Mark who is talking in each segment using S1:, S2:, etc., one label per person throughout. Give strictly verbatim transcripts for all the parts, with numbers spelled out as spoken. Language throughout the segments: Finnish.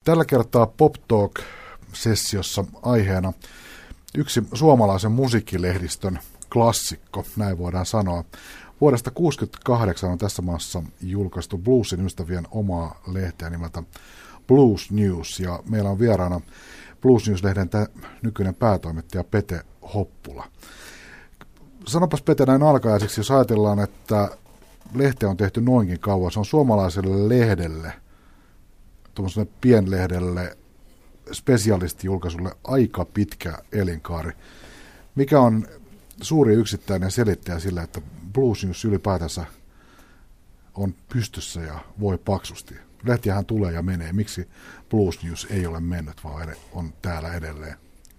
S1: Tällä kertaa Pop Talk-sessiossa aiheena yksi suomalaisen musiikkilehdistön klassikko, näin voidaan sanoa. Vuodesta tuhatyhdeksänsataakuusikymmentäkahdeksan on tässä maassa julkaistu bluesin ystävien omaa lehteä nimeltä Blues News, ja meillä on vieraana Blues News-lehden nykyinen päätoimittaja Pete Hoppula. Sanopas Pete näin alkaiseksi, jos ajatellaan, että lehteä on tehty noinkin kauan, se on suomalaiselle lehdelle, tuollaiselle pienlehdelle, spesialistijulkaisulle aika pitkä elinkaari. Mikä on suuri yksittäinen selittäjä sillä, että Blues News ylipäätänsä on pystyssä ja voi paksusti? Lehtiähän tulee ja menee. Miksi Blues News ei ole mennyt, vaan on täällä edelleen?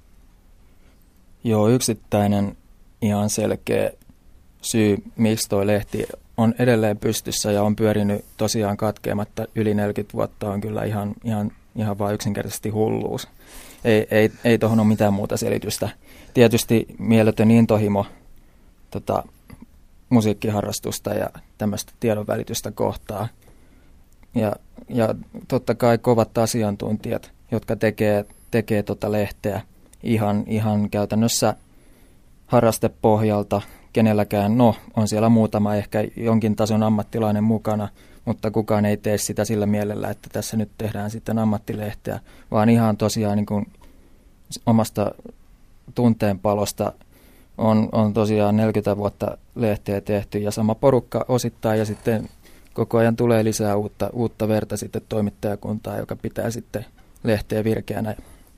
S2: Joo, yksittäinen ihan selkeä syy, miksi toi lehti on edelleen pystyssä ja on pyörinyt tosiaan katkeamatta yli neljäkymmentä vuotta, on kyllä ihan, ihan, ihan vaan yksinkertaisesti hulluus. Ei, ei, ei tuohon ole mitään muuta selitystä. Tietysti mieletön intohimo tota, musiikkiharrastusta ja tämmöistä tiedonvälitystä kohtaa. Ja, ja totta kai kovat asiantuntijat, jotka tekee, tekee tota lehteä ihan, ihan käytännössä harrastepohjalta. Kenelläkään, no on siellä muutama ehkä jonkin tason ammattilainen mukana, mutta kukaan ei tee sitä sillä mielellä, että tässä nyt tehdään sitten ammattilehteä, vaan ihan tosiaan niin kuin omasta tunteenpalosta on, on tosiaan neljäkymmentä vuotta lehteä tehty ja sama porukka osittain ja sitten koko ajan tulee lisää uutta, uutta verta sitten toimittajakuntaa, joka pitää sitten lehteä virkeänä.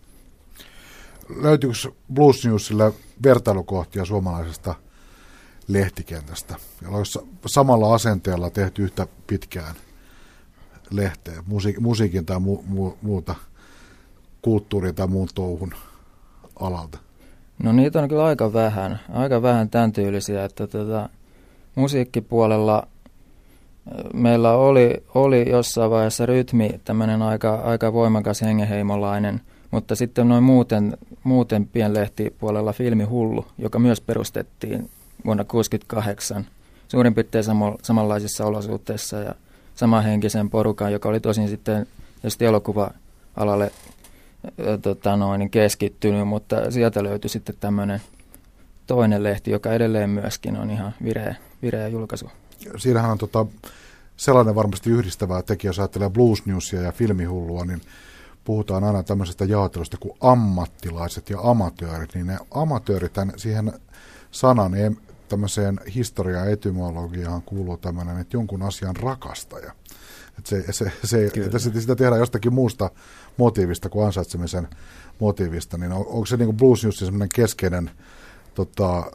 S1: Löytyykö Blues Newsilla vertailukohtia suomalaisesta lehtikentästä, jolla olisi samalla asenteella tehty yhtä pitkään lehteä, musiik- musiikin tai mu- mu- muuta kulttuurin tai muun touhun alalta?
S2: No niitä on kyllä aika vähän, aika vähän tämän tyylisiä, että tota, musiikkipuolella meillä oli, oli jossain vaiheessa rytmi, tämmöinen aika, aika voimakas hengenheimolainen, mutta sitten noin muuten, muuten pienlehtipuolella Filmi Hullu, joka myös perustettiin vuonna tuhatyhdeksänsataakuusikymmentäkahdeksan suurin piirtein samanlaisissa olosuhteissa ja samanhenkisen porukan, joka oli tosin sitten just elokuva-alalle tota noin, keskittynyt, mutta sieltä löytyi sitten tämmöinen toinen lehti, joka edelleen myöskin on ihan vireä, vireä julkaisu.
S1: Siinähän on tota, sellainen varmasti yhdistävä tekijä, jos ajattelee Blues Newsia ja Filmihullua, niin puhutaan aina tämmöisestä jaottelusta kuin ammattilaiset ja amatöörit, niin ne amatöörit siihen sanan tämmöiseen historiaan ja etymologiaan kuuluu tämmöinen, että jonkun asian rakastaja. Että se, se, se, että sitä tehdään jostakin muusta motiivista kuin ansaitsemisen motiivista, niin on, onko se niin kuin Blues News semmoinen keskeinen tota,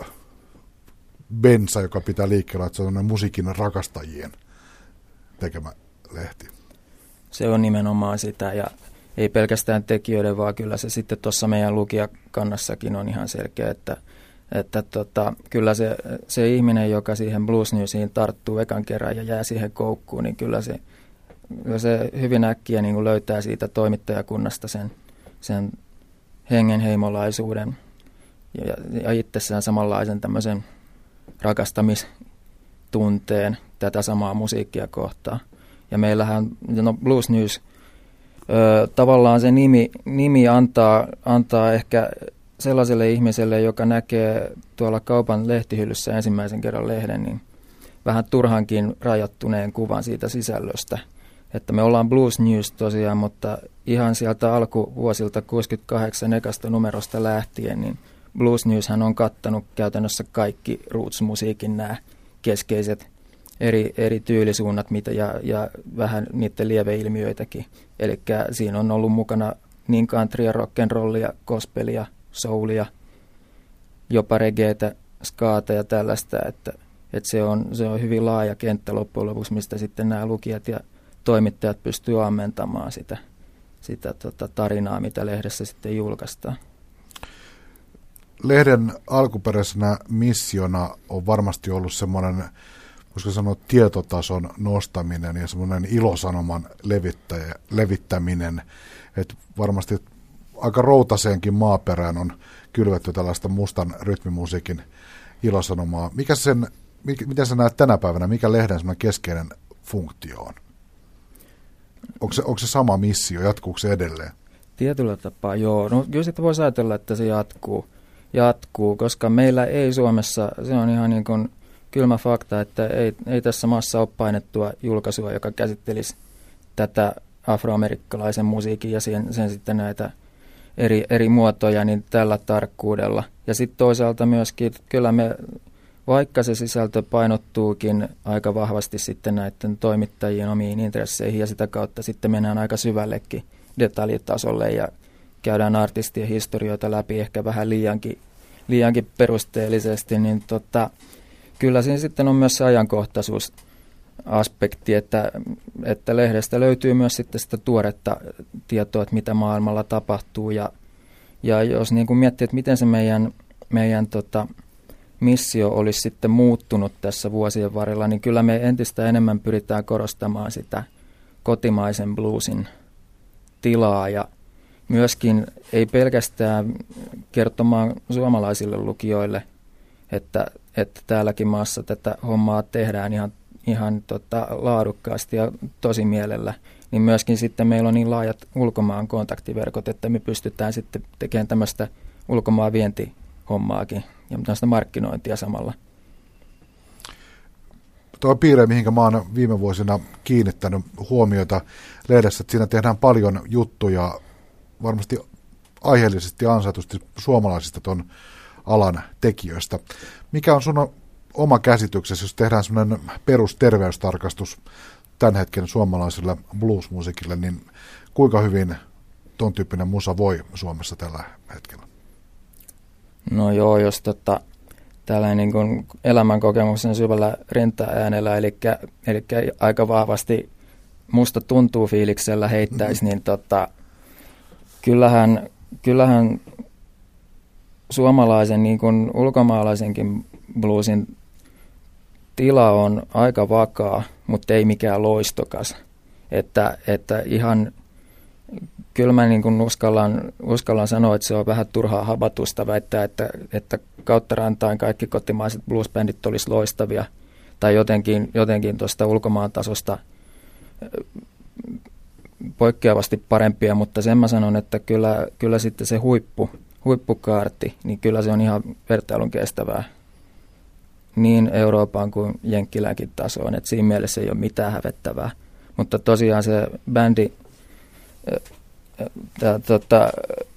S1: bensa, joka pitää liikkeellä, että se on musiikin rakastajien tekemä lehti?
S2: Se on nimenomaan sitä, ja ei pelkästään tekijöiden, vaan kyllä se sitten tuossa meidän lukijakannassakin on ihan selkeä, että Että tota, kyllä se, se ihminen, joka siihen Blues Newsiin tarttuu ekan kerran ja jää siihen koukkuun, niin kyllä se, kyllä se hyvin äkkiä niin kuin löytää siitä toimittajakunnasta sen, sen hengenheimolaisuuden ja, ja itsessään samanlaisen tämmöisen rakastamistunteen tätä samaa musiikkia kohtaan. Ja meillähän no Blues News, ö, tavallaan se nimi, nimi antaa, antaa ehkä sellaiselle ihmiselle, joka näkee tuolla kaupan lehtihyllyssä ensimmäisen kerran lehden, niin vähän turhankin rajoittuneen kuvan siitä sisällöstä. Että me ollaan Blues News tosiaan, mutta ihan sieltä alkuvuosilta kuusikymmentäkahdeksan ekasta numerosta lähtien, niin Blues Newshän on kattanut käytännössä kaikki roots-musiikin nämä keskeiset eri, eri tyylisuunnat mitä, ja, ja vähän niiden lieveilmiöitäkin. Eli siinä on ollut mukana niin countryä, rock'n'rollia, gospelia, soulia, jopa reggaetä, skaata ja tällaista, että, että se, on, se on hyvin laaja kenttä loppujen lopuksi, mistä sitten nämä lukijat ja toimittajat pystyy ammentamaan sitä, sitä tota tarinaa, mitä lehdessä sitten julkaistaan.
S1: Lehden alkuperäisenä missiona on varmasti ollut semmoinen, voisiko sanoa, tietotason nostaminen ja semmoinen ilosanoman levittäjä, levittäminen, että varmasti aika routaseenkin maaperään on kylvetty tällaista mustan rytmimusiikin ilosanomaa. Mikä sen, mikä, miten sä näet tänä päivänä, mikä lehden semmoinen keskeinen funktio on? Onko se, onko se sama missio, jatkuuko se edelleen?
S2: Tietyllä tapaa, joo. No kyllä sitten voisi ajatella, että se jatkuu, jatkuu, koska meillä ei Suomessa, se on ihan niin kuin kylmä fakta, että ei, ei tässä maassa ole painettua julkaisua, joka käsittelisi tätä afroamerikkalaisen musiikin ja sen, sen sitten näitä eri, eri muotoja niin tällä tarkkuudella. Ja sitten toisaalta myöskin, kyllä me, vaikka se sisältö painottuukin aika vahvasti sitten näiden toimittajien omiin intresseihin ja sitä kautta sitten mennään aika syvällekin detaljitasolle ja käydään artistien historioita läpi ehkä vähän liiankin, liiankin perusteellisesti, niin tota, kyllä siinä sitten on myös se ajankohtaisuusaspekti, että, että lehdestä löytyy myös sitten sitä tuoretta tietoa, että mitä maailmalla tapahtuu ja, ja jos niin kuin miettii, että miten se meidän, meidän tota, missio olisi sitten muuttunut tässä vuosien varrella, niin kyllä me entistä enemmän pyritään korostamaan sitä kotimaisen bluesin tilaa ja myöskin ei pelkästään kertomaan suomalaisille lukijoille, että, että täälläkin maassa tätä hommaa tehdään ihan, ihan tota, laadukkaasti ja tosi mielellä, niin myöskin sitten meillä on niin laajat ulkomaan kontaktiverkot, että me pystytään sitten tekemään tämmöistä ulkomaan vientihommaakin ja tämmöistä markkinointia samalla.
S1: Tuo piirre, mihinkä mä oon viime vuosina kiinnittänyt huomiota lehdessä, että siinä tehdään paljon juttuja varmasti aiheellisesti ja ansaitusti suomalaisista ton alan tekijöistä. Mikä on sun oma käsityksesi, jos tehdään semmoinen perusterveystarkastus tämän hetken suomalaiselle bluesmusiikille, niin kuinka hyvin ton tyyppinen musa voi Suomessa tällä hetkellä?
S2: No joo, jos tota, tällainen niin kuin elämänkokemuksen syvällä rintaäänellä, eli, eli aika vahvasti musta tuntuu fiiliksellä heittäisi, mm-hmm. niin tota, kyllähän, kyllähän suomalaisen niin kuin ulkomaalaisenkin bluesin tila on aika vakaa, mutta ei mikään loistokas. Että, että ihan kyllä mä niin kuin uskallan, uskallan sanoa, että se on vähän turhaa habatusta väittää, että, että kautta rantain kaikki kotimaiset bluesbändit olisi loistavia tai jotenkin, jotenkin tuosta ulkomaan tasosta poikkeavasti parempia, mutta sen mä sanon, että kyllä, kyllä sitten se huippu, huippukaarti, niin kyllä se on ihan vertailun kestävää niin Euroopan kuin Jenkkilänkin tasoon, että siinä mielessä ei ole mitään hävettävää. Mutta tosiaan se bändi, tämä tota,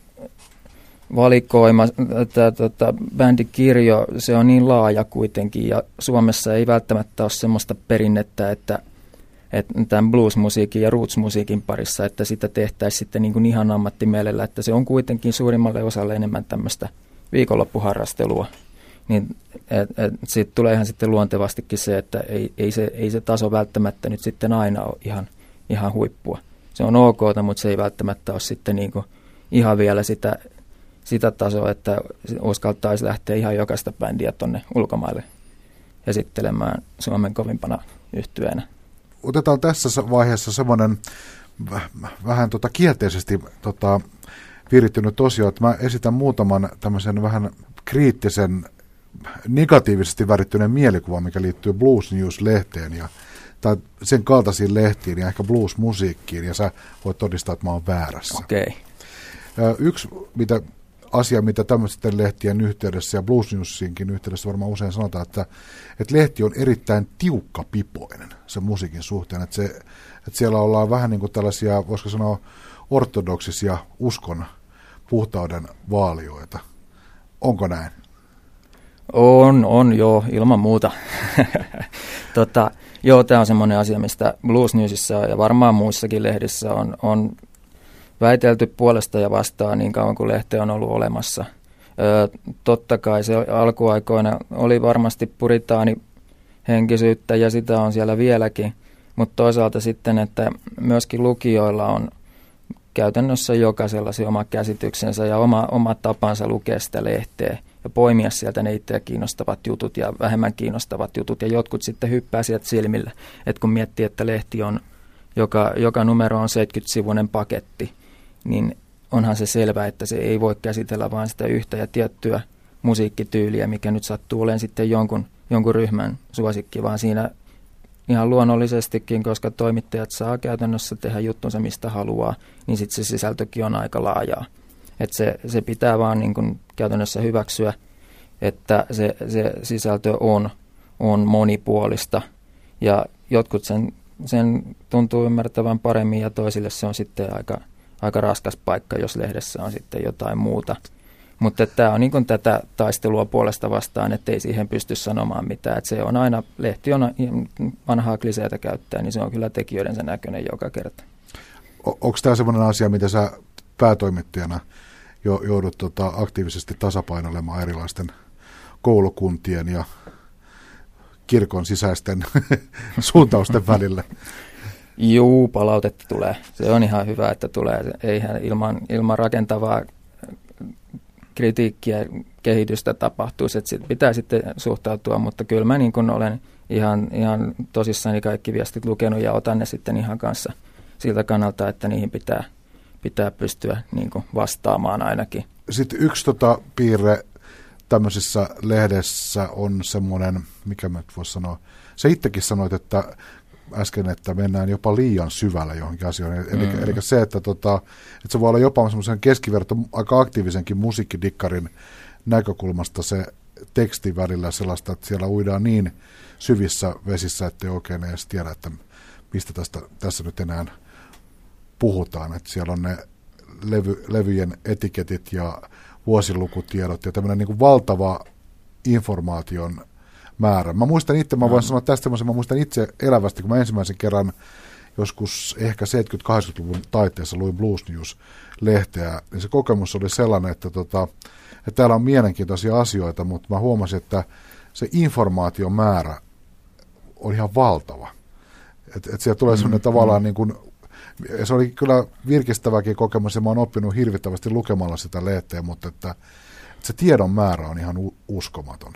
S2: valikoima, tämä tota, bändikirjo, se on niin laaja kuitenkin ja Suomessa ei välttämättä ole semmoista perinnettä, että että tämän blues-musiikin ja roots-musiikin parissa, että sitä tehtäisiin sitten niin kuin ihan ammattimielellä, että se on kuitenkin suurimmalle osalle enemmän tämmöistä viikonloppuharrastelua. Niin et, et, siitä tulee ihan sitten luontevastikin se, että ei, ei, se, ei se taso välttämättä nyt sitten aina ole ihan, ihan huippua. Se on ok, mutta se ei välttämättä ole sitten niin kuin ihan vielä sitä, sitä tasoa, että uskaltaisi lähteä ihan jokaista bändiä tuonne ulkomaille esittelemään Suomen kovimpana yhtyeenä.
S1: Otetaan tässä vaiheessa semmoinen vähän tota kielteisesti tota, virittynyt osio, että mä esitän muutaman tämmöisen vähän kriittisen, negatiivisesti värittyneen mielikuvan, mikä liittyy Blues News-lehteen ja tai sen kaltaisiin lehtiin ja ehkä blues-musiikkiin, ja sä voit todistaa, että mä oon väärässä.
S2: Okay.
S1: Yksi mitä, asia, mitä tämmöisten lehtien yhteydessä ja Blues Newsinkin yhteydessä varmaan usein sanotaan, että, että lehti on erittäin tiukkapipoinen sen musiikin suhteen, että, se, että siellä ollaan vähän niin kuin tällaisia, voisiko sanoa, ortodoksisia uskon puhtauden vaalioita. Onko näin?
S2: On, on joo, ilman muuta. tota, joo, tämä on semmoinen asia, mistä Blues Newsissa ja varmaan muissakin lehdissä on, on väitelty puolesta ja vastaan niin kauan kuin lehti on ollut olemassa. Ö, totta kai se alkuaikoina oli varmasti puritaanihenkisyyttä ja sitä on siellä vieläkin, mutta toisaalta sitten, että myöskin lukijoilla on käytännössä jokaisella se oma käsityksensä ja oma, oma tapansa lukea sitä lehteä ja poimia sieltä ne itseä kiinnostavat jutut ja vähemmän kiinnostavat jutut ja jotkut sitten hyppää sieltä silmillä, että kun miettii, että lehti on, joka, joka numero on seitsemänkymmentä-sivuinen paketti, niin onhan se selvää, että se ei voi käsitellä vain sitä yhtä ja tiettyä musiikkityyliä, mikä nyt sattuu olemaan sitten jonkun, jonkun ryhmän suosikki, vaan siinä ihan luonnollisestikin, koska toimittajat saa käytännössä tehdä juttunsa mistä haluaa, niin sitten se sisältökin on aika laajaa. Et se, se pitää vaan niin kun käytännössä hyväksyä, että se, se sisältö on, on monipuolista ja jotkut sen, sen tuntuu ymmärtävän paremmin ja toisille se on sitten aika, aika raskas paikka, jos lehdessä on sitten jotain muuta. Mutta tämä on niin kuin tätä taistelua puolesta vastaan, ettei siihen pysty sanomaan mitään. Et se on aina, lehti on vanhaa kliseitä käyttää, niin se on kyllä tekijöidensä näköinen joka kerta.
S1: O- Onko tämä sellainen asia, mitä sä päätoimittajana jo, joudut tota, aktiivisesti tasapainoilemaan erilaisten koulukuntien ja kirkon sisäisten suuntausten välillä?
S2: Juu, palautetta tulee. Se on ihan hyvä, että tulee. Eihän ilman, ilman rakentavaa kritiikkiä kehitystä tapahtuisi, että sit pitää sitten suhtautua, mutta kyllä mä niin kun olen ihan, ihan tosissani kaikki viestit lukenut ja otan ne sitten ihan kanssa siltä kannalta, että niihin pitää, pitää pystyä niin kun vastaamaan ainakin.
S1: Sitten yksi tota piirre tämmöisessä lehdessä on semmoinen, mikä mä voisi sanoa, sä itsekin sanoit, että äsken, että mennään jopa liian syvällä johonkin asioihin. Eli, mm. eli se, että, tota, että se voi olla jopa semmoisen keskiverto, aika aktiivisenkin musiikkidikkarin näkökulmasta se teksti välillä sellaista, että siellä uidaan niin syvissä vesissä, ettei oikein edes tiedä, että mistä tästä, tässä nyt enää puhutaan. Että siellä on ne levy, levyjen etiketit ja vuosilukutiedot ja tämmöinen niin kuin valtava informaation määrä. Mä muistan itse, mä voin sanoa tästä, mä muistan itse elävästi, kun mä ensimmäisen kerran joskus ehkä seitsemänkymmentä-kahdeksankymmentäluvun taitteessa luin Blues News-lehteä, niin se kokemus oli sellainen, että, tota, että täällä on mielenkiintoisia asioita, mutta mä huomasin, että se informaation määrä on ihan valtava. Että et siellä tulee mm, sellainen mm. tavallaan niin kuin, ja se oli kyllä virkistäväkin kokemus, ja mä oon oppinut hirvittävästi lukemalla sitä lehteä, mutta että, että se tiedon määrä on ihan u- uskomaton.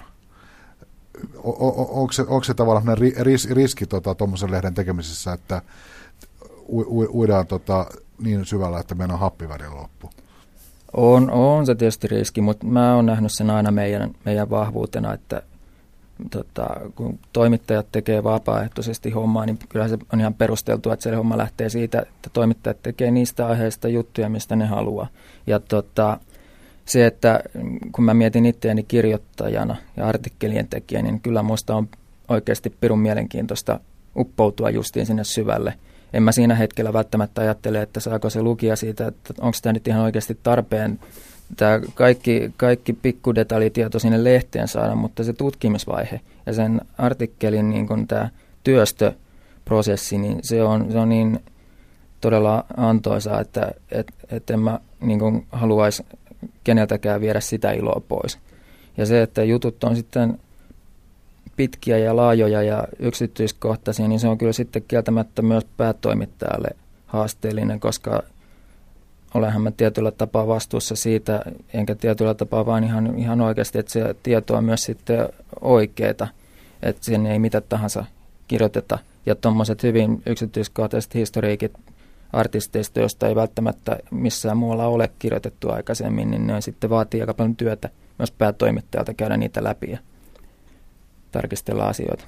S1: O- o- onko, se, onko se tavallaan ris- riski tuommoisen tota, lehden tekemisessä, että u- u- uidaan tota, niin syvällä, että meidän happivärillä loppu?
S2: On, on se tietysti riski, mutta mä oon nähnyt sen aina meidän, meidän vahvuutena, että tota, kun toimittajat tekee vapaaehtoisesti hommaa, niin kyllä se on ihan perusteltua, että se homma lähtee siitä, että toimittajat tekee niistä aiheista juttuja, mistä ne haluaa. Ja tota, se, että kun mä mietin itseäni kirjoittajana ja artikkelien tekijänä, niin kyllä musta on oikeasti pirun mielenkiintoista uppoutua justiin sinne syvälle. En mä siinä hetkellä välttämättä ajattele, että saako se lukija siitä, että onko tämä nyt ihan oikeasti tarpeen tämä kaikki, kaikki pikkudetaljitieto sinne lehteen saada, mutta se tutkimisvaihe ja sen artikkelin niin kun tämä työstöprosessi, niin se on, se on niin todella antoisaa, että et, et en mä niin kun haluaisi keneltäkään viedä sitä iloa pois. Ja se, että jutut on sitten pitkiä ja laajoja ja yksityiskohtaisia, niin se on kyllä sitten kieltämättä myös päätoimittajalle haasteellinen, koska olenhan mä tietyllä tapaa vastuussa siitä, enkä tietyllä tapaa vaan ihan, ihan oikeasti, että se tieto on myös sitten oikeeta, että sinne ei mitä tahansa kirjoiteta. Ja tuommoiset hyvin yksityiskohtaiset historiikit artisteista, joista ei välttämättä missään muualla ole kirjoitettu aikaisemmin, niin ne sitten vaatii aika paljon työtä myös päätoimittajalta käydä niitä läpi ja tarkistella asioita.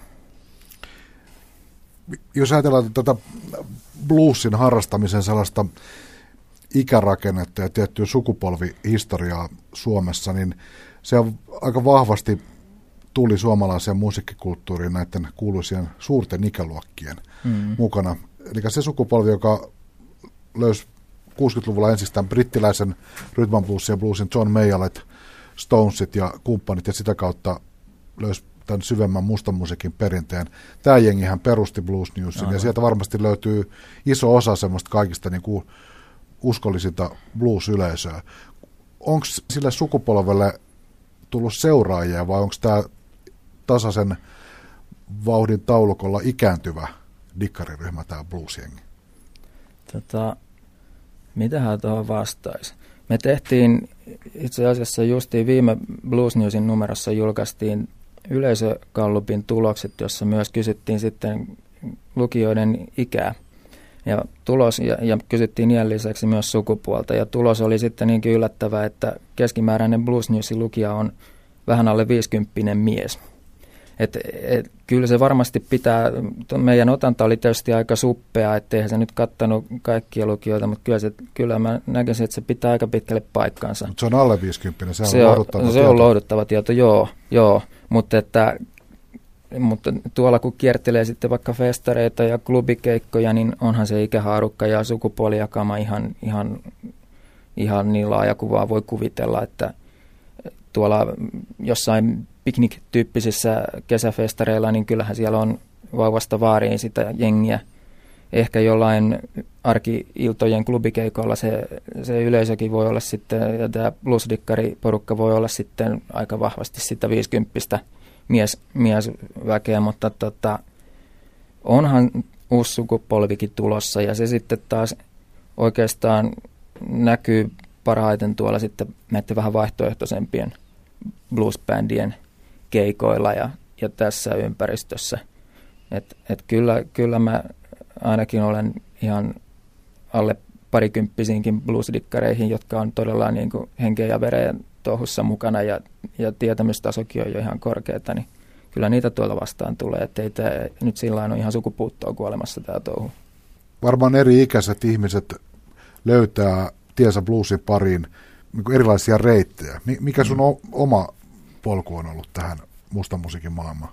S1: Jos ajatellaan tätä bluesin harrastamisen sellaista ikärakennetta ja tiettyä sukupolvihistoriaa Suomessa, niin se on aika vahvasti tuli suomalaiseen musiikkikulttuuriin näiden kuuluisien suurten ikäluokkien mm. mukana. Eli se sukupolvi, joka löysi kuusikymmentäluvulla ensistään brittiläisen rhythm and bluesin ja bluesin John Mayalet, Stonesit ja kumppanit, ja sitä kautta löysi tämän syvemmän mustan musiikin perinteen. Tämä jengihän perusti Blues Newsin, ja sieltä varmasti löytyy iso osa semmoista kaikista niin kuin uskollisinta blues-yleisöä. Onko sille sukupolvelle tullut seuraajia, vai onko tämä tasaisen vauhdin taulukolla ikääntyvä dikkariryhmä, tämä blues-jengi?
S2: Tota, mitähän tuohon vastaisi? Me tehtiin itse asiassa justiin viime Blues Newsin numerossa julkaistiin yleisögallupin tulokset, jossa myös kysyttiin sitten lukijoiden ikää. Ja, tulos, ja, ja kysyttiin iän lisäksi myös sukupuolta. Ja tulos oli sitten niinkin yllättävä, että keskimääräinen Blues Newsin lukija on vähän alle viisikymppinen mies. Et, et, kyllä se varmasti pitää, meidän otanta oli tietysti aika suppea, ettei se nyt kattanut kaikkia lukijoita, mutta kyllä, se, kyllä mä näkisin, että se pitää aika pitkälle paikkaansa.
S1: Mutta se on alle viisikymmentä, se,
S2: se
S1: on lohduttava
S2: se
S1: tieto.
S2: on lohduttava tieto, joo, joo. Mutta, että, mutta tuolla kun kiertelee sitten vaikka festareita ja klubikeikkoja, niin onhan se ikähaarukka ja sukupuolijakama ihan, ihan, ihan niin laaja kuin vaan voi kuvitella, että tuolla jossain piknik-tyyppisissä kesäfestareilla, niin kyllähän siellä on vauvasta vaariin sitä jengiä. Ehkä jollain arki-iltojen klubikeikolla se, se yleisökin voi olla sitten, ja tämä bluesdikkariporukka voi olla sitten aika vahvasti sitä viisikymppistä mies, miesväkeä, mutta tota, onhan uusi sukupolvikin tulossa, ja se sitten taas oikeastaan näkyy parhaiten tuolla sitten näiden vähän vaihtoehtoisempien bluesbändien keikoilla ja, ja tässä ympäristössä. Et, et kyllä, kyllä mä ainakin olen ihan alle parikymppisiinkin bluesdikkareihin, jotka on todella niin kuin henkeä ja vereen touhussa mukana ja, ja tietämystasokin on jo ihan korkeata, niin kyllä niitä tuolla vastaan tulee, ettei tämä nyt sillä lailla ole ihan sukupuuttoa kuolemassa tämä touhu.
S1: Varmaan eri-ikäiset ihmiset löytää tiensä bluesin pariin niin kuin erilaisia reittejä. Mikä sun mm. oma polku on ollut tähän mustan musiikin maailmaan?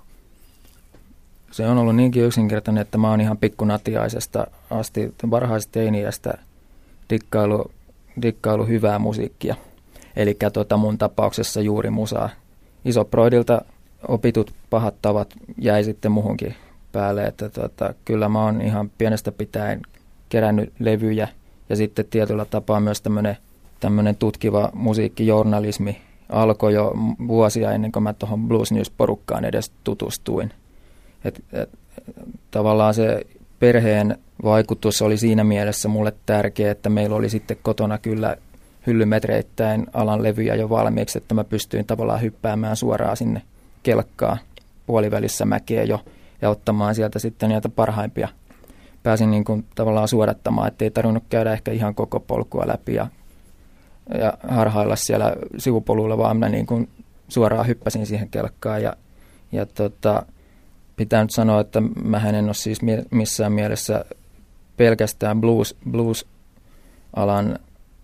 S2: Se on ollut niinkin yksinkertainen, että mä oon ihan pikkunatiaisesta asti varhaisesta teiniästä dikkailu, dikkailu hyvää musiikkia. Eli tota mun tapauksessa juuri musaa. Isoproidilta opitut pahat tavat jäi sitten muhunkin päälle, että tota, kyllä mä oon ihan pienestä pitäen kerännyt levyjä ja sitten tietyllä tapaa myös tämmöinen tämmöinen tutkiva musiikkijournalismi alkoi jo vuosia ennen kuin mä tuohon Blues News-porukkaan edes tutustuin. Et, et, tavallaan se perheen vaikutus oli siinä mielessä mulle tärkeä, että meillä oli sitten kotona kyllä hyllymetreittäin alan levyjä jo valmiiksi, että mä pystyin tavallaan hyppäämään suoraan sinne kelkkaan puolivälissä mäkeä jo ja ottamaan sieltä sitten niitä parhaimpia. Pääsin niin kuin tavallaan suodattamaan, ettei tarvinnut käydä ehkä ihan koko polkua läpi ja, ja harhailla siellä sivupoluilla, vaan mä niin kuin suoraan hyppäsin siihen kelkkaan. Ja, ja tota, pitää nyt sanoa, että mä en ole siis missään mielessä pelkästään blues, blues-alan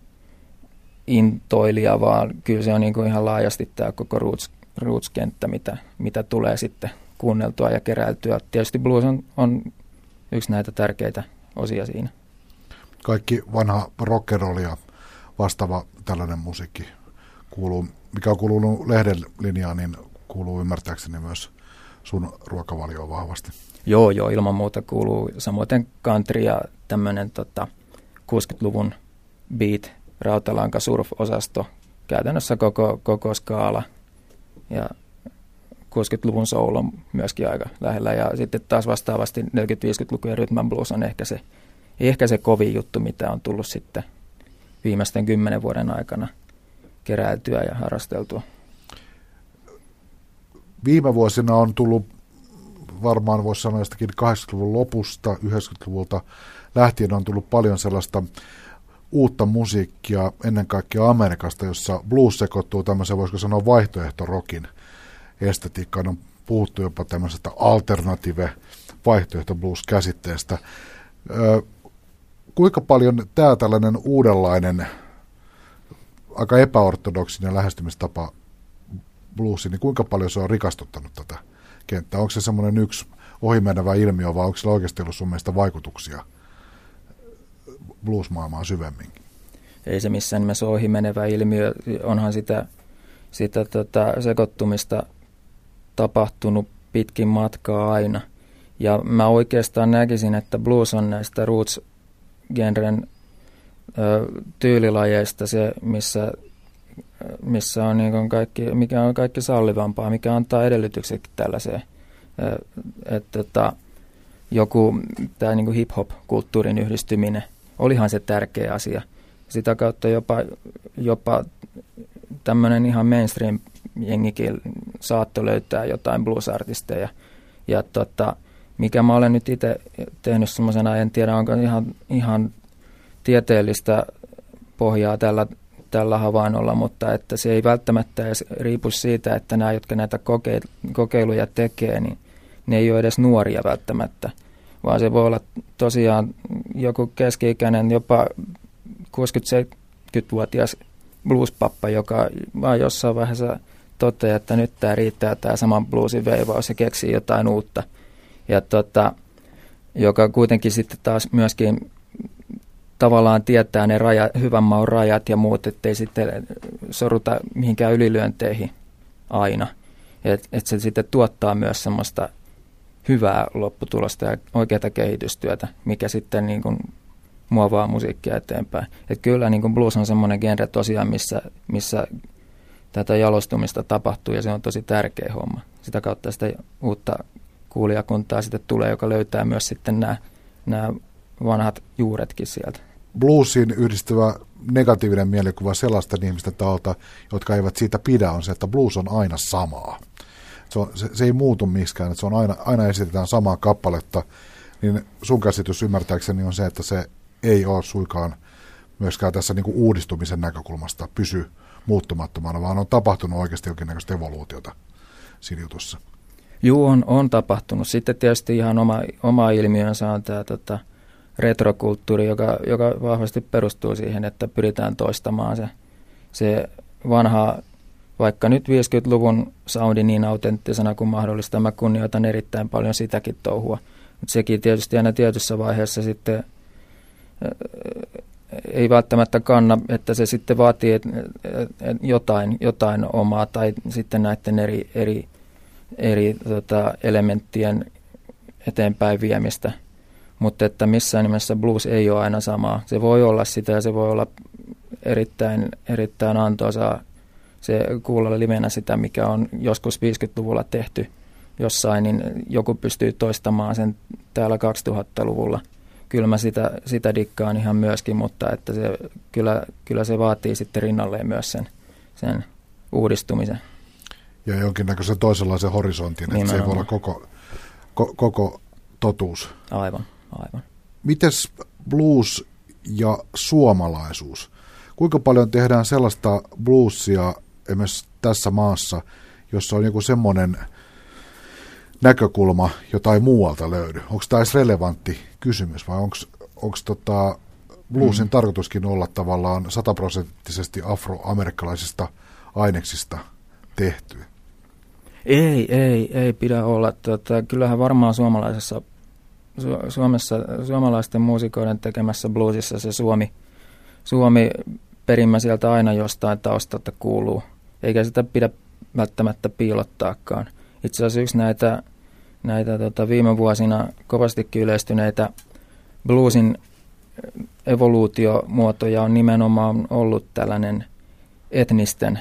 S2: intoilija, vaan kyllä se on niin kuin ihan laajasti tämä koko roots, roots-kenttä, mitä, mitä tulee sitten kuunneltua ja keräiltyä. Tietysti blues on, on yksi näitä tärkeitä osia siinä.
S1: Kaikki vanha rock'n'roll ja vastaava tällainen musiikki kuuluu, mikä on kuulunut lehden linjaan, niin kuuluu ymmärtääkseni myös sun ruokavalioon vahvasti.
S2: Joo, joo, ilman muuta kuuluu. Samoin country ja tämmöinen tota, kuusikymmentäluvun beat, rautalanka, surf-osasto, käytännössä koko, koko skaala. Ja kuusikymmentäluvun soul on myöskin aika lähellä. Ja sitten taas vastaavasti neljäkymmentä-viisikymmentälukujen rhythm and blues on ehkä se, ehkä se kovin juttu, mitä on tullut sitten viimeisten kymmenen vuoden aikana keräiltyä ja harrasteltua.
S1: Viime vuosina on tullut, varmaan voisi sanoa jostakin kahdeksankymmentäluvun lopusta, yhdeksänkymmentäluvulta lähtien on tullut paljon sellaista uutta musiikkia, ennen kaikkea Amerikasta, jossa blues sekoittuu tämmöiseen, voisiko sanoa vaihtoehto-rockin estetiikkaan. On puhuttu jopa tämmöisestä alternative vaihtoehto blues-käsitteestä. Ö, kuinka paljon tämä tällainen uudenlainen, aika epäortodoksinen lähestymistapa bluesiin, niin kuinka paljon se on rikastuttanut tätä kenttää? Onko se semmoinen yksi ohimenevä ilmiö, vai onko sillä oikeasti ollut sun mielestä vaikutuksia blues-maailmaan syvemminkin?
S2: Ei se missään nimessä ole ohimenevä ilmiö. Onhan sitä, sitä tota, sekoittumista tapahtunut pitkin matkaa aina. Ja mä oikeastaan näkisin, että blues on näistä roots-genren ö, tyylilajeista se, missä missä on niin kuin kaikki, mikä on kaikki sallivampaa, mikä antaa edellytykset tällaiseen. Että että joku tämä niin kuin hip-hop-kulttuurin yhdistyminen, olihan se tärkeä asia. Sitä kautta jopa, jopa tämmöinen ihan mainstream-jengikin saattoi löytää jotain blues-artisteja. Ja tota, mikä mä olen nyt itse tehnyt semmoisena, en tiedä onko ihan, ihan tieteellistä pohjaa tällä tällä havainnolla, mutta että se ei välttämättä edes riipu siitä, että nämä, jotka näitä kokeiluja tekee, niin ne ei ole edes nuoria välttämättä, vaan se voi olla tosiaan joku keski-ikäinen, jopa kuusikymmentä-seitsemänkymmentävuotias bluespappa, joka vaan jossain vaiheessa toteaa, että nyt tämä riittää tämä saman bluesin veivaus ja keksii jotain uutta. Ja tota, joka kuitenkin sitten taas myöskin tavallaan tietää ne raja, hyvän maun rajat ja muut, ettei sitten soruta mihinkään ylilyönteihin aina. Että et se sitten tuottaa myös semmoista hyvää lopputulosta ja oikeaa kehitystyötä, mikä sitten niin kuin muovaa musiikkia eteenpäin. Et kyllä niin kuin blues on semmoinen genre tosiaan, missä, missä tätä jalostumista tapahtuu ja se on tosi tärkeä homma. Sitä kautta sitä uutta kuulijakuntaa sitten tulee, joka löytää myös sitten nämä, nämä vanhat juuretkin sieltä.
S1: Bluesiin yhdistyvä negatiivinen mielikuva sellaisten ihmisten taholta, jotka eivät siitä pidä, on se, että blues on aina samaa. Se, on, se, se ei muutu miksikään, että se on aina, aina esitetään samaa kappaletta, niin sun käsitys ymmärtääkseni on se, että se ei ole suinkaan myöskään tässä niin kuin uudistumisen näkökulmasta pysy muuttumattomana, vaan on tapahtunut oikeasti jonkinnäköistä evoluutiota siinä jutussa.
S2: Juu, on, on tapahtunut. Sitten tietysti ihan oma, oma ilmiönsä on tämä tota, retrokulttuuri, joka, joka vahvasti perustuu siihen, että pyritään toistamaan se, se vanha, vaikka nyt viisikymmentäluvun soundi niin autenttisena kuin mahdollista. Mä kunnioitan erittäin paljon sitäkin touhua. Mutta sekin tietysti aina tietyssä vaiheessa sitten ei välttämättä kanna, että se sitten vaatii et, et jotain, jotain omaa tai sitten näiden eri, eri, eri tota, elementtien eteenpäin viemistä. Mutta että missään nimessä blues ei ole aina samaa. Se voi olla sitä ja se voi olla erittäin, erittäin antoisaa se kuulla livenä sitä, mikä on joskus viisikymmentäluvulla tehty jossain, niin joku pystyy toistamaan sen täällä kaksituhattaluvulla. Kyllä mä sitä, sitä dikkaan ihan myöskin, mutta että se, kyllä, kyllä se vaatii sitten rinnalleen myös sen, sen uudistumisen.
S1: Ja jonkinnäköisen toisenlaisen horisontin, että se ei voi olla koko, ko, koko totuus.
S2: Aivan, aivan.
S1: Mites blues ja suomalaisuus? Kuinka paljon tehdään sellaista bluesia esimerkiksi tässä maassa, jossa on joku semmoinen näkökulma, jota ei muualta löydy? Onko tämä edes relevantti kysymys vai onko tota bluesin mm. tarkoituskin olla tavallaan sataprosenttisesti afroamerikkalaisista aineksista tehty?
S2: Ei, ei, ei pidä olla. Tota, kyllähän varmaan suomalaisessa, Su- Suomessa, suomalaisten muusikoiden tekemässä bluesissa se Suomi, Suomi perimä sieltä aina jostain taustalta kuuluu, eikä sitä pidä välttämättä piilottaakaan. Itse asiassa yksi näitä, näitä tota, viime vuosina kovastikin yleistyneitä bluesin evoluutiomuotoja on nimenomaan ollut tällainen etnisten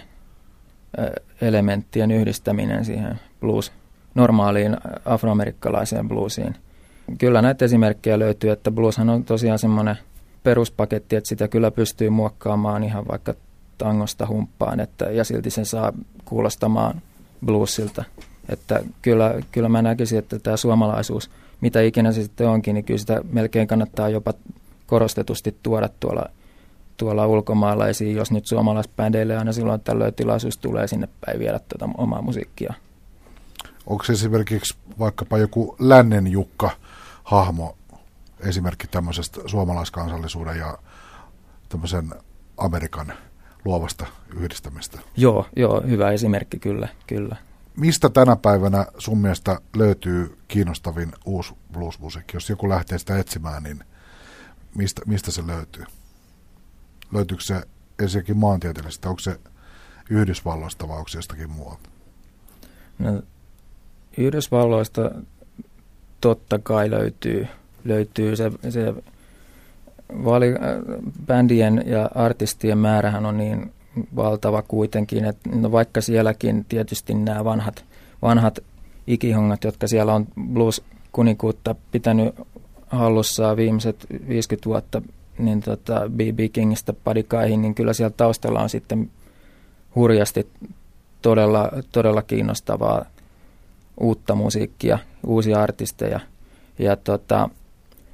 S2: elementtien yhdistäminen siihen blues, normaaliin afroamerikkalaiseen bluesiin. Kyllä näitä esimerkkejä löytyy, että blueshan on tosiaan semmoinen peruspaketti, että sitä kyllä pystyy muokkaamaan ihan vaikka tangosta humppaan, että, ja silti sen saa kuulostamaan bluesilta. Että kyllä, kyllä mä näkisin, että tämä suomalaisuus, mitä ikinä se sitten onkin, niin kyllä sitä melkein kannattaa jopa korostetusti tuoda tuolla, tuolla ulkomailla esiin, jos nyt suomalaisbändeille aina silloin tällöin tilaisuus tulee sinne päin viedä tuota omaa musiikkia.
S1: Onko se esimerkiksi vaikkapa joku Lännen Jukka-hahmo esimerkki tämmöisestä suomalaiskansallisuuden ja tämmöisen Amerikan luovasta yhdistämistä?
S2: Joo, joo, hyvä esimerkki kyllä, kyllä.
S1: Mistä tänä päivänä sun mielestä löytyy kiinnostavin uusi bluesmusiikki? Jos joku lähtee sitä etsimään, niin mistä, mistä se löytyy? Löytyykö se ensinnäkin maantieteellisesti? Onko se Yhdysvalloista vai onko se jostakin muualta?
S2: No, Yhdysvalloista totta kai löytyy, löytyy se, se vali, bändien ja artistien määrähän on niin valtava kuitenkin, että no vaikka sielläkin tietysti nämä vanhat, vanhat ikihongat, jotka siellä on blues-kunikuutta pitänyt hallussaan viimeiset viisikymmentä vuotta, niin tota B B Kingistä Buddy Guyhin, niin kyllä siellä taustalla on sitten hurjasti todella, todella kiinnostavaa uutta musiikkia, uusia artisteja. Ja tota,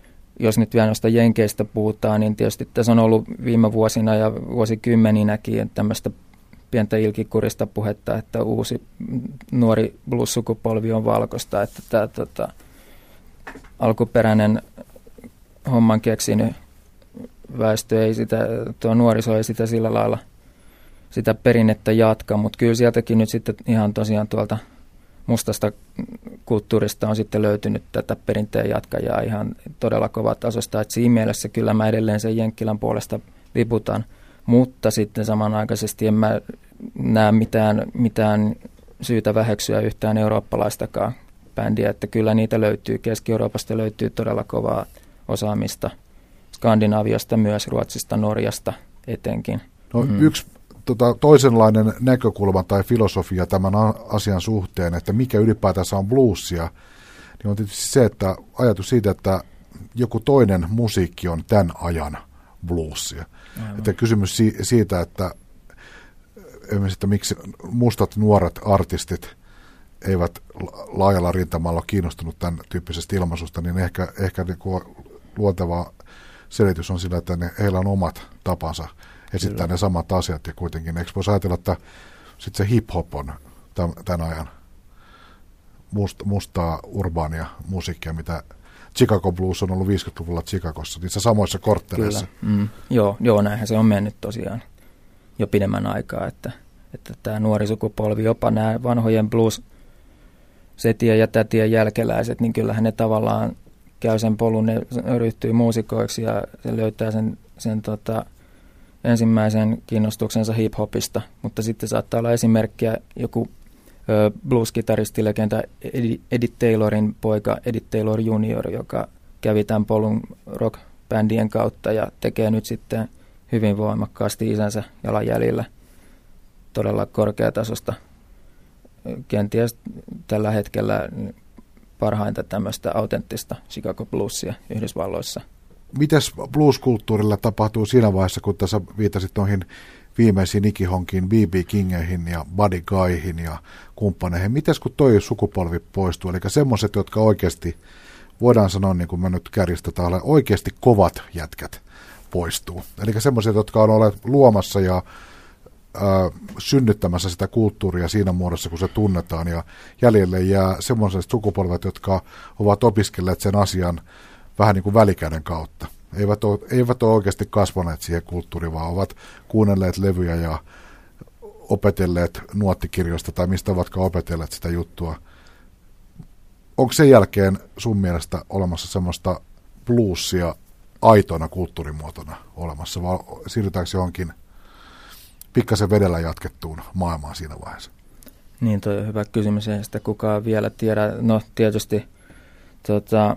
S2: jos nyt vielä noista jenkeistä puhutaan, niin tietysti tässä on ollut viime vuosina ja vuosikymmeninäkin tämmöistä pientä ilkikurista puhetta, että uusi nuori blues-sukupolvi on valkoista, että tämä tota, alkuperäinen homman keksinyt väestö ei sitä, tuo nuoriso ei sitä sillä lailla sitä perinnettä jatka, mutta kyllä sieltäkin nyt sitten ihan tosiaan tuolta mustasta kulttuurista on sitten löytynyt tätä perinteen jatkajaa ihan todella kova tasosta, että siinä mielessä kyllä mä edelleen sen Jenkkilän puolesta liputan, mutta sitten samanaikaisesti en mä näe mitään, mitään syytä väheksyä yhtään eurooppalaistakaan bändiä, että kyllä niitä löytyy, Keski-Euroopasta löytyy todella kovaa osaamista, Skandinaaviasta myös, Ruotsista, Norjasta etenkin.
S1: No mm. yksi tota, toisenlainen näkökulma tai filosofia tämän asian suhteen, että mikä ylipäätänsä on bluesia, niin on tietysti se, että ajatus siitä, että joku toinen musiikki on tämän ajan bluesia. Aivan. Että kysymys si- siitä, että, että miksi mustat nuoret artistit eivät laajalla rintamalla ole kiinnostunut tämän tyyppisestä ilmaisusta, niin ehkä, ehkä niin kuin luonteva selitys on sillä, että ne, heillä on omat tapansa esittää Kyllä. ne samat asiat ja kuitenkin. Eikö voisi ajatella, että sitten se hip-hop on tämän, tämän ajan must, mustaa urbaania musiikkia, mitä Chicago Blues on ollut viisikymmentäluvulla Chicagossa, niissä samoissa kortteleissa.
S2: Mm. Joo, joo, näinhän se on mennyt tosiaan jo pidemmän aikaa, että, että tämä nuori sukupolvi, jopa nämä vanhojen blues-setien ja tätien jälkeläiset, niin kyllähän ne tavallaan käy sen polun, ne ryhtyy muusikoiksi ja se löytää sen, sen tota, ensimmäisen kiinnostuksensa hip-hopista, mutta sitten saattaa olla esimerkkiä joku ö, blues-kitaristilegenda Eddie Taylorin poika Eddie Taylor junior, joka kävi tämän polun rock-bändien kautta ja tekee nyt sitten hyvin voimakkaasti isänsä jalanjäljillä todella korkeatasosta, kenties tällä hetkellä parhainta tämmöistä autenttista Chicago bluesia Yhdysvalloissa.
S1: Mites blues-kulttuurilla tapahtuu siinä vaiheessa, kun tässä viitasit noihin viimeisiin ikihonkiin, B B Kingeihin ja Buddy Guyhin ja kumppaneihin? Mites kun toi sukupolvi poistuu? Eli semmoiset, jotka oikeasti, voidaan sanoa, niin kuin me nyt kärjistetään, oikeasti kovat jätkät poistuu. Eli semmoiset, jotka on olleet luomassa ja Äh, synnyttämässä sitä kulttuuria siinä muodossa, kun se tunnetaan, ja jäljelle jää semmoiset sukupolvet, jotka ovat opiskelleet sen asian vähän niin kuin välikäden kautta. Eivät ole, eivät ole oikeasti kasvaneet siihen kulttuuriin, vaan ovat kuunnelleet levyjä ja opetelleet nuottikirjoista tai mistä ovatkaan opetelleet sitä juttua. Onko sen jälkeen sun mielestä olemassa semmoista bluesia aitona kulttuurimuotona olemassa, vai siirrytäänkö johonkin pikkasen vedellä jatkettuun maailmaan siinä vaiheessa?
S2: Niin, toi on hyvä kysymys, ei sitä kukaan vielä tiedä. No tietysti tota,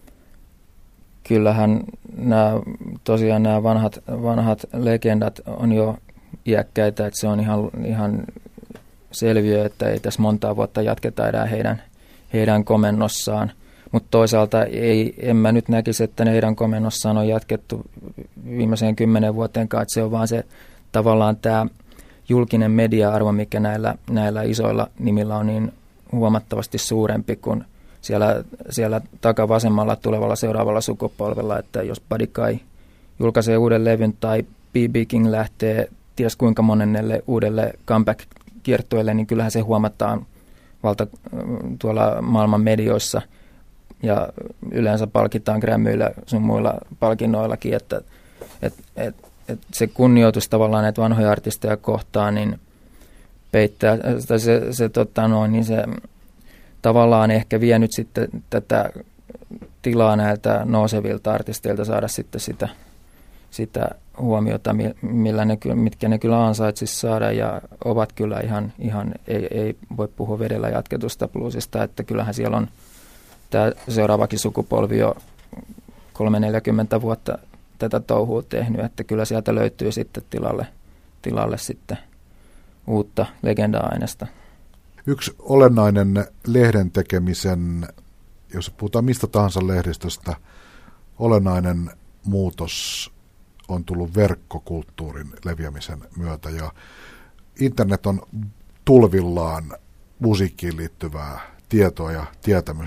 S2: kyllähän nämä, tosiaan nämä vanhat, vanhat legendat on jo iäkkäitä, että se on ihan, ihan selviö, että ei tässä montaa vuotta jatketa enää heidän, heidän komennossaan. Mutta toisaalta ei, en mä nyt näkisi, että heidän komennossaan on jatkettu viimeiseen kymmenen vuoteenkaan, että se on vaan se tavallaan tämä julkinen media-arvo, mikä näillä, näillä isoilla nimillä on niin huomattavasti suurempi kuin siellä, siellä takavasemmalla tulevalla seuraavalla sukupolvella, että jos Buddy Guy julkaisee uuden levyn tai B B King lähtee ties kuinka monennelle uudelle comeback-kiertueelle, niin kyllähän se huomataan valta tuolla maailman medioissa ja yleensä palkitaan Grammyillä sun muilla palkinnoillakin, että et, et, et se kunnioitus tavallaan näitä vanhoja artisteja kohtaan, niin peittää, se, se, se, tota noin, niin se tavallaan ehkä vie nyt sitten tätä tilaa näiltä nousevilta artisteilta saada sitten sitä, sitä huomiota, millä ne, mitkä ne kyllä ansaitsisi saada ja ovat kyllä ihan, ihan ei, ei voi puhua vedellä jatketusta bluesista, että kyllähän siellä on tämä seuraavakin sukupolvi jo kolme neljäkymmentä vuotta tätä touhua tehnyt, että kyllä sieltä löytyy sitten tilalle, tilalle sitten uutta legenda-aineesta.
S1: Yksi olennainen lehden tekemisen, jos puhutaan mistä tahansa lehdistöstä, olennainen muutos on tullut verkkokulttuurin leviämisen myötä ja internet on tulvillaan musiikkiin liittyvää tietoa ja tietämystä.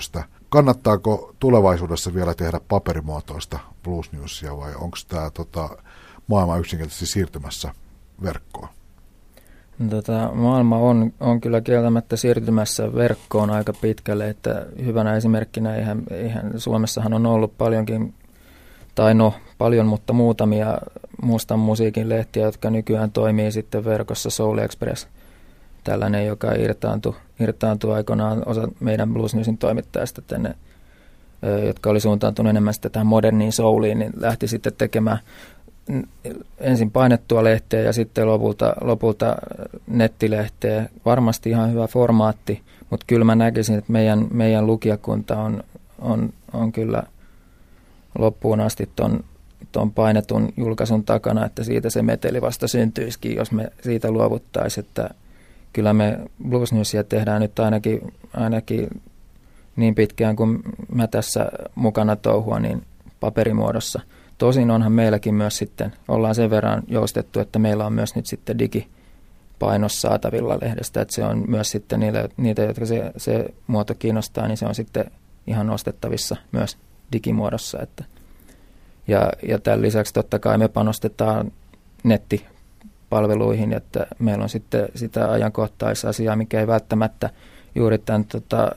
S1: Kannattaako tulevaisuudessa vielä tehdä paperimuotoista Blues Newsia vai onko tämä tota, maailma yksinkertaisesti siirtymässä verkkoon?
S2: Tota, maailma on, on kyllä kieltämättä siirtymässä verkkoon aika pitkälle, että hyvänä esimerkkinä eihän, eihän Suomessahan on ollut paljonkin, tai no paljon, mutta muutamia mustan musiikin lehtiä, jotka nykyään toimii sitten verkossa. Soul Express, tällainen, joka irtaantui, irtaantui aikoinaan osa meidän Blues Newsin toimittajista tänne, jotka oli suuntaantunut enemmän sitten tähän moderniin souliin, niin lähti sitten tekemään ensin painettua lehteä ja sitten lopulta, lopulta nettilehteä. Varmasti ihan hyvä formaatti, mutta kyllä mä näkisin, että meidän, meidän lukijakunta on, on, on kyllä loppuun asti ton, ton painetun julkaisun takana, että siitä se meteli vasta syntyisikin, jos me siitä luovuttaisiin. Että kyllä me Blues Newsia tehdään nyt ainakin, ainakin niin pitkään kuin mä tässä mukana touhua, niin paperimuodossa. Tosin onhan meilläkin myös sitten, ollaan sen verran joustettu, että meillä on myös nyt sitten digipainos saatavilla lehdestä, että se on myös sitten niille, niitä, jotka se, se muoto kiinnostaa, niin se on sitten ihan nostettavissa myös digimuodossa. Että. Ja, ja tämän lisäksi totta kai me panostetaan nettipalveluihin, että meillä on sitten sitä ajankohtaisasiaa, mikä ei välttämättä juuri tämän tota,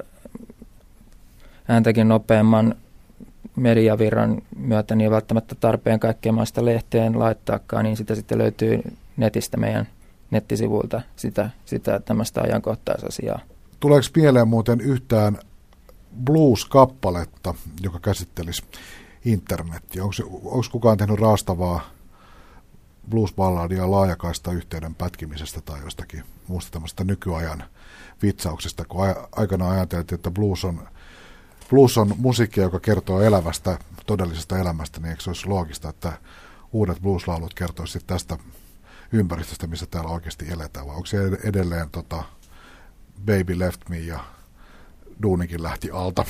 S2: ääntäkin nopeamman mediavirran myötä niin välttämättä tarpeen kaikkea maista lehteen laittaakaan, niin sitä sitten löytyy netistä meidän nettisivuilta sitä, sitä tämmöistä ajankohtaisasiaa.
S1: Tuleeko mieleen muuten yhtään blues-kappaletta, joka käsittelisi internettiä? Onko, onko kukaan tehnyt raastavaa blues-balladia laajakaista yhteyden pätkimisestä tai jostakin muusta tämmöistä nykyajan vitsauksesta, kun aikanaan ajateltiin, että blues on Blues on musiikkia, joka kertoo elävästä, todellisesta elämästä, niin eikö se olisi loogista, että uudet blueslaulut kertoisivat tästä ympäristöstä, missä täällä oikeasti eletään, vai onko se edelleen tota, Baby Left Me ja Duunikin lähti alta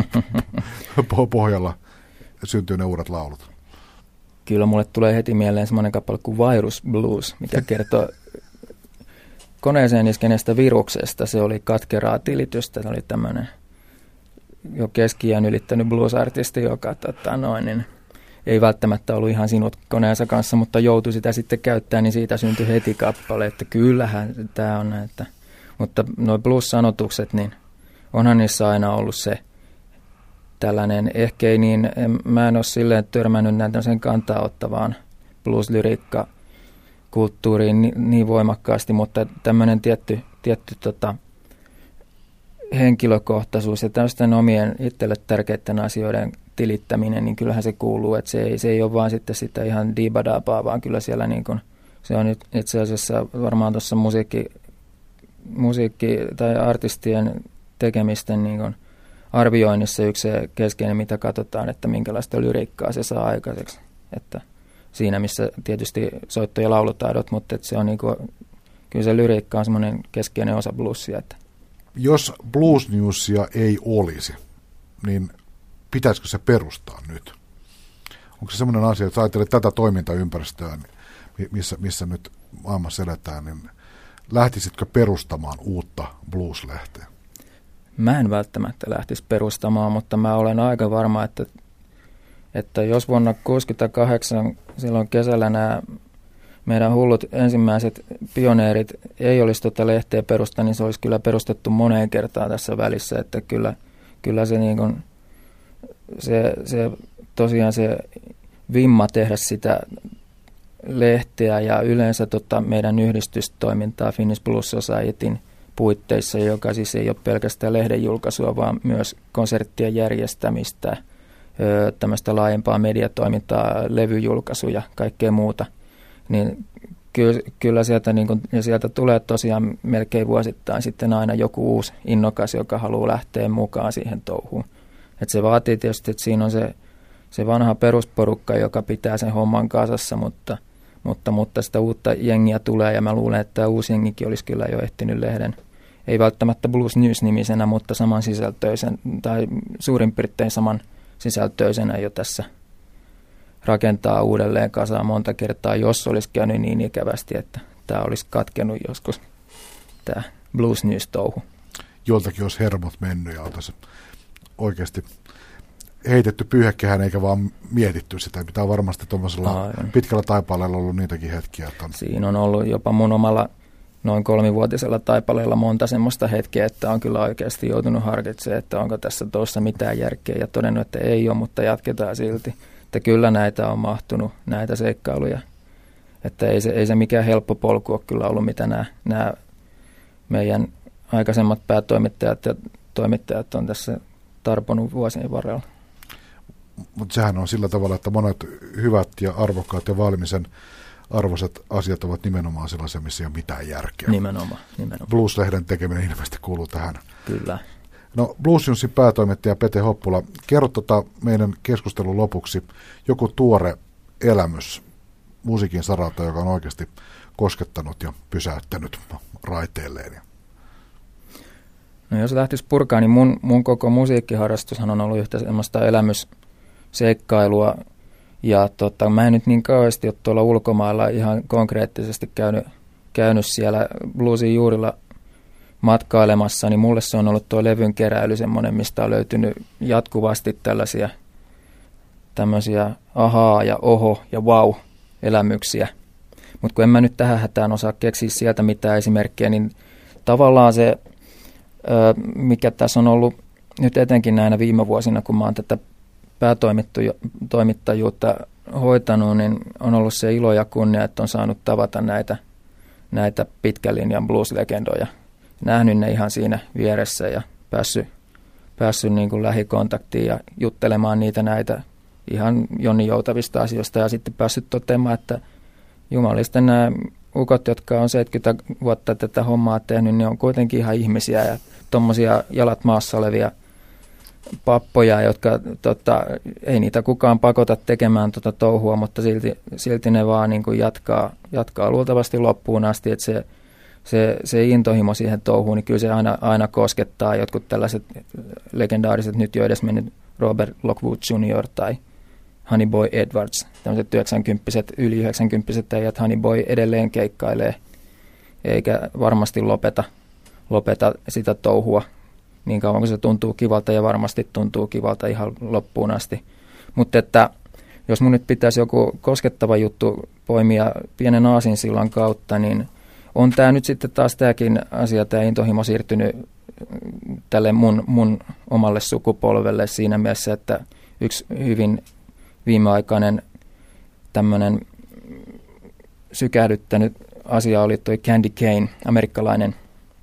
S1: pohjalla syntyy ne uudet laulut?
S2: Kyllä mulle tulee heti mieleen semmoinen kappale kuin Virus Blues, mikä kertoo koneeseen iskeneestä viruksesta. Se oli katkeraa tilitystä, se oli tämmöinen jo keski-iän ylittänyt blues-artisti, joka tota, noin, niin ei välttämättä ollut ihan sinut koneensa kanssa, mutta joutui sitä sitten käyttämään, niin siitä syntyi heti kappale, että kyllähän tämä on. Että, mutta nuo blues-sanotukset, niin onhan niissä aina ollut se tällainen, ehkä ei niin, en, mä en ole silleen törmännyt näitä sen kantaa ottavaan blues-lyriikka-kulttuuriin niin, niin voimakkaasti, mutta tämmöinen tietty, tietty tota, henkilökohtaisuus ja tämmöisten omien itselle tärkeiden asioiden tilittäminen, niin kyllähän se kuuluu, että se ei, se ei ole vaan sitten sitä ihan diibadaapaa, vaan kyllä siellä niin kuin, se on itse asiassa varmaan tuossa musiikki, musiikki tai artistien tekemisten niin kuin arvioinnissa yksi se keskeinen, mitä katsotaan, että minkälaista lyriikkaa se saa aikaiseksi. Että siinä, missä tietysti soitto- ja laulutaidot, mutta että se on niin kuin, kyllä se lyriikka on semmoinen keskeinen osa bluesia, että
S1: jos Blues Newsia ei olisi, niin pitäisikö se perustaa nyt? Onko se semmoinen asia, että ajattelet tätä toimintaympäristöä, missä, missä nyt maailmassa eletään, niin lähtisitkö perustamaan uutta blues-lehteä?
S2: Mä en välttämättä lähtisi perustamaan, mutta mä olen aika varma, että, että jos vuonna tuhatyhdeksänsataakuusikymmentäkahdeksan silloin kesällä nämä meidän hullut ensimmäiset pioneerit ei olisi tuota lehteä perusta, niin se olisi kyllä perustettu moneen kertaan tässä välissä, että kyllä, kyllä se, niin kuin, se, se tosiaan se vimma tehdä sitä lehteä ja yleensä tota meidän yhdistystoimintaa Finnish Blues Societyn puitteissa, joka siis ei ole pelkästään lehden julkaisua, vaan myös konserttien järjestämistä, tämmöistä laajempaa mediatoimintaa, levyjulkaisuja, kaikkea muuta. Niin kyllä, kyllä sieltä, niin kun, ja sieltä tulee tosiaan melkein vuosittain sitten aina joku uusi innokas, joka haluaa lähteä mukaan siihen touhuun. Et se vaatii tietysti, että siinä on se, se vanha perusporukka, joka pitää sen homman kasassa, mutta, mutta, mutta sitä uutta jengiä tulee, ja mä luulen, että tämä uusi jengikin olisi kyllä jo ehtinyt lehden, ei välttämättä Blues News-nimisenä, mutta saman sisältöisen, tai suurin piirtein saman sisältöisenä jo tässä rakentaa uudelleen kasaan monta kertaa, jos olisi käynyt niin ikävästi, että tämä olisi katkenut joskus, tämä Blues News-touhu.
S1: Joltakin olisi hermot mennyt ja oltaisiin oikeasti heitetty pyyhekehään eikä vaan mietitty sitä. Pitää varmasti tuollaisella pitkällä taipaleella ollut niitäkin hetkiä. Että on...
S2: Siinä on ollut jopa mun omalla noin kolmivuotisella taipaleella monta semmoista hetkeä, että on kyllä oikeasti joutunut harkitsemaan, että onko tässä tuossa mitään järkeä ja todennut, että ei ole, mutta jatketaan silti. Että kyllä näitä on mahtunut, näitä seikkailuja. Että ei se, ei se mikään helppo polku ole kyllä ollut, mitä nämä, nämä meidän aikaisemmat päätoimittajat ja toimittajat on tässä tarponut vuosien varrella.
S1: Mutta sehän on sillä tavalla, että monet hyvät ja arvokkaat ja vaalimisen arvoiset asiat ovat nimenomaan sellaisia, missä ei ole mitään järkeä.
S2: Nimenomaan. nimenomaan.
S1: Blues-lehden tekeminen ilmeisesti kuuluu tähän.
S2: Kyllä.
S1: No Blues Newsin päätoimittaja Pete Hoppula, kerro tota meidän keskustelun lopuksi joku tuore elämys musiikin saralta, joka on oikeasti koskettanut ja pysäyttänyt raiteilleen.
S2: No jos lähtisi purkaa, niin mun, mun koko musiikkiharrastushan on ollut yhtä semmoista elämysseikkailua. Ja tota, mä en nyt niin kauheasti ole tuolla ulkomailla ihan konkreettisesti käynyt, käynyt siellä bluesin juurilla matkailemassa, niin mulle se on ollut tuo levyn keräily semmoinen, mistä on löytynyt jatkuvasti tällaisia tämmöisiä ahaa ja oho ja wow elämyksiä. Mutta kun en mä nyt tähän hätään osaa keksiä sieltä mitään esimerkkejä, niin tavallaan se, mikä tässä on ollut nyt etenkin näinä viime vuosina, kun mä oon tätä päätoimittajuutta hoitanut, niin on ollut se ilo ja kunnia, että on saanut tavata näitä, näitä pitkän linjan blues-legendoja. Nähnyt ne ihan siinä vieressä ja päässyt, päässyt niin kuin lähikontaktiin ja juttelemaan niitä näitä ihan Jonni Joutavista asioista ja sitten päässyt toteamaan, että jumalista nämä ukot, jotka on seitsemänkymmentä vuotta tätä hommaa tehnyt, niin on kuitenkin ihan ihmisiä ja tuommoisia jalat maassa olevia pappoja, jotka tota, ei niitä kukaan pakota tekemään tuota touhua, mutta silti, silti ne vaan niin kuin jatkaa, jatkaa luultavasti loppuun asti, että se, se, se intohimo siihen touhuun, niin kyllä se aina, aina koskettaa jotkut tällaiset legendaariset, nyt jo edes mennyt Robert Lockwood juniori tai Honey Boy Edwards, tämmöiset yhdeksänkymmentäiset, yli yhdeksänkymmentäiset äijät Honey Boy edelleen keikkailee, eikä varmasti lopeta, lopeta sitä touhua niin kauan kuin se tuntuu kivalta ja varmasti tuntuu kivalta ihan loppuun asti. Mutta että jos mun nyt pitäisi joku koskettava juttu poimia pienen aasinsillan kautta, niin on tämä nyt sitten taas tämäkin asia, tämä intohimo siirtynyt tälle mun, mun omalle sukupolvelle siinä mielessä, että yksi hyvin viimeaikainen tämmöinen sykähdyttänyt asia oli toi Candy Kane, amerikkalainen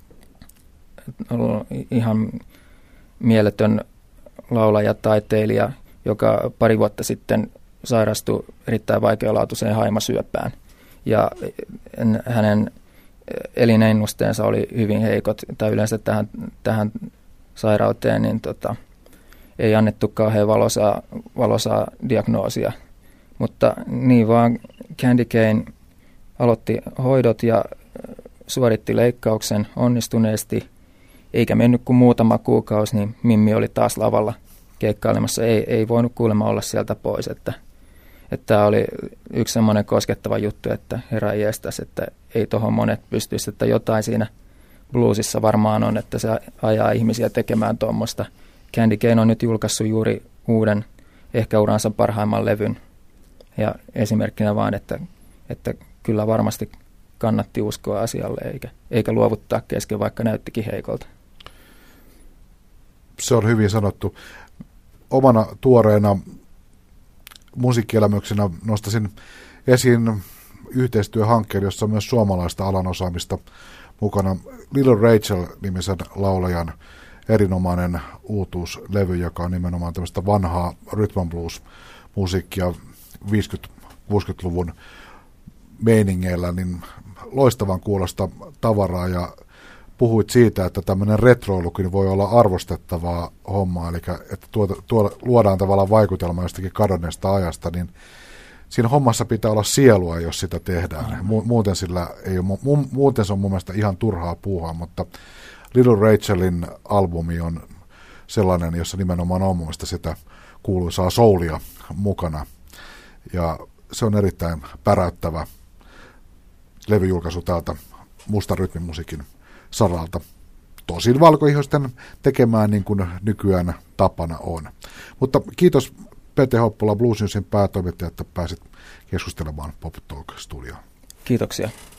S2: ihan mieletön laulaja, taiteilija, joka pari vuotta sitten sairastui erittäin vaikealaatuiseen haimasyöpään. Ja hänen elinennusteensa oli hyvin heikot, tai yleensä tähän, tähän sairauteen niin tota, ei annettu kauhean valosaa, valosaa diagnoosia. Mutta niin vaan Candy Kane aloitti hoidot ja suoritti leikkauksen onnistuneesti. Eikä mennyt kuin muutama kuukausi, niin Mimmi oli taas lavalla keikkailemassa. Ei, ei voinut kuulemma olla sieltä pois. Että, että tämä oli yksi semmoinen koskettava juttu, että herra jästäs, että ei tuohon monet pystyisi. Että jotain siinä bluesissa varmaan on, että se ajaa ihmisiä tekemään tuommoista. Candy Kane on nyt julkaissut juuri uuden, ehkä uransa parhaimman levyn. Ja esimerkkinä vaan, että, että kyllä varmasti kannatti uskoa asialle eikä, eikä luovuttaa kesken, vaikka näyttikin heikolta.
S1: Se on hyvin sanottu. Omana tuoreena musiikkielämyksenä nostaisin esiin yhteistyöhankkeen, jossa on myös suomalaista alan osaamista mukana. Little Rachel-nimisen laulajan erinomainen uutuuslevy, joka on nimenomaan tämmöistä vanhaa rhythm and blues-musiikkia viisikymmentä-kuusikymmentäluvun meiningeillä, niin loistavan kuulosta tavaraa ja puhuit siitä, että tämmöinen retroilukin voi olla arvostettavaa hommaa, eli että tuota, tuolla luodaan tavallaan vaikutelma jostakin kadonneesta ajasta, niin siinä hommassa pitää olla sielua, jos sitä tehdään. Mu- muuten, sillä ei ole, mu- muuten se on mun mielestä ihan turhaa puuhaa, mutta Little Rachelin albumi on sellainen, jossa nimenomaan on mun mielestä sitä kuuluisaa soulia mukana, ja se on erittäin päräyttävä levyjulkaisu täältä mustan rytmimusiikin saralta. tosin valkoihoisten tekemään niin kuin nykyään tapana on. Mutta kiitos Pete Hoppola, Blues Newsin päätoimittaja, että pääsit keskustelemaan Pop Talk -studioon.
S2: Kiitoksia.